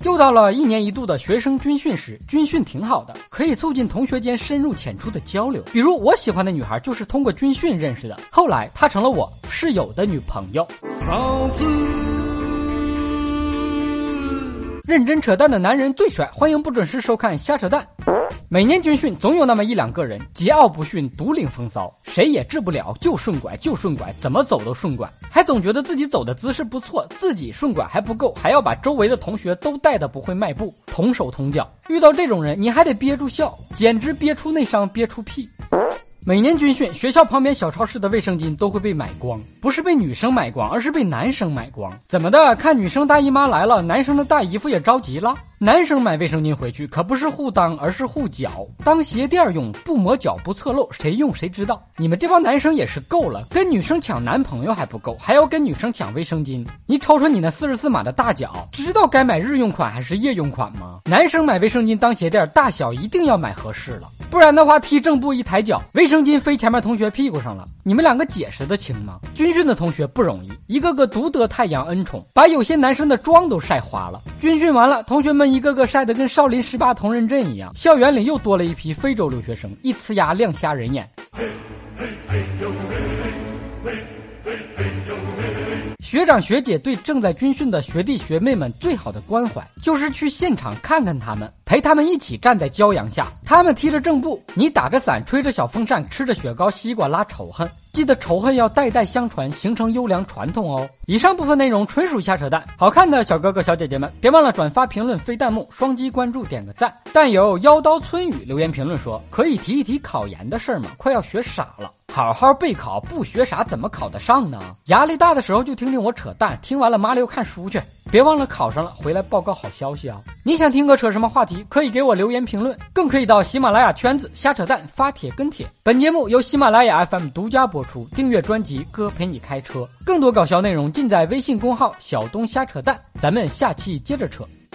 又到了1年1度的学生军训时，军训挺好的，可以促进同学间深入浅出的交流。比如我喜欢的女孩就是通过军训认识的，后来她成了我室友的女朋友。认真扯淡的男人最帅，欢迎不准时收看瞎扯淡。每年军训总有那么1-2个人桀骜不驯，独领风骚，谁也治不了，就顺拐，怎么走都顺拐，还总觉得自己走的姿势不错，自己顺拐还不够，还要把周围的同学都带得不会迈步，同手同脚。遇到这种人你还得憋住笑，简直憋出内伤，憋出屁。每年军训，学校旁边小超市的卫生巾都会被买光，不是被女生买光，而是被男生买光。怎么的？看女生大姨妈来了，男生的大姨夫也着急了。男生买卫生巾回去可不是护裆，而是护脚，当鞋垫用，不磨脚不侧漏，谁用谁知道。你们这帮男生也是够了，跟女生抢男朋友还不够，还要跟女生抢卫生巾。你瞅瞅你那44码的大脚，知道该买日用款还是夜用款吗？男生买卫生巾当鞋垫，大小一定要买合适了，不然的话踢正步一抬脚，卫生巾飞前面同学屁股上了，你们两个解释得清吗？军训的同学不容易，一个个独得太阳恩宠，把有些男生的妆都晒花了。军训完了，同学们一个个晒得跟少林18铜人阵一样，校园里又多了一批非洲留学生，一呲牙亮瞎人眼。学长学姐对正在军训的学弟学妹们最好的关怀，就是去现场看看他们，陪他们一起站在骄阳下，他们踢着正步，你打着伞，吹着小风扇，吃着雪糕西瓜，拉仇恨。记得仇恨要代代相传，形成优良传统哦。以上部分内容纯属瞎扯淡，好看的小哥哥小姐姐们别忘了转发评论飞弹幕，双击关注点个赞。但有妖刀村语留言评论说，可以提一提考研的事儿吗？快要学傻了，好好备考，不学啥怎么考得上呢？压力大的时候就听听我扯淡，听完了麻溜看书去，别忘了考上了回来报告好消息啊！你想听个扯什么话题，可以给我留言评论，更可以到喜马拉雅圈子瞎扯淡发帖跟帖。本节目由喜马拉雅 FM 独家播出，订阅专辑哥陪你开车，更多搞笑内容尽在微信公号小东瞎扯淡，咱们下期接着扯。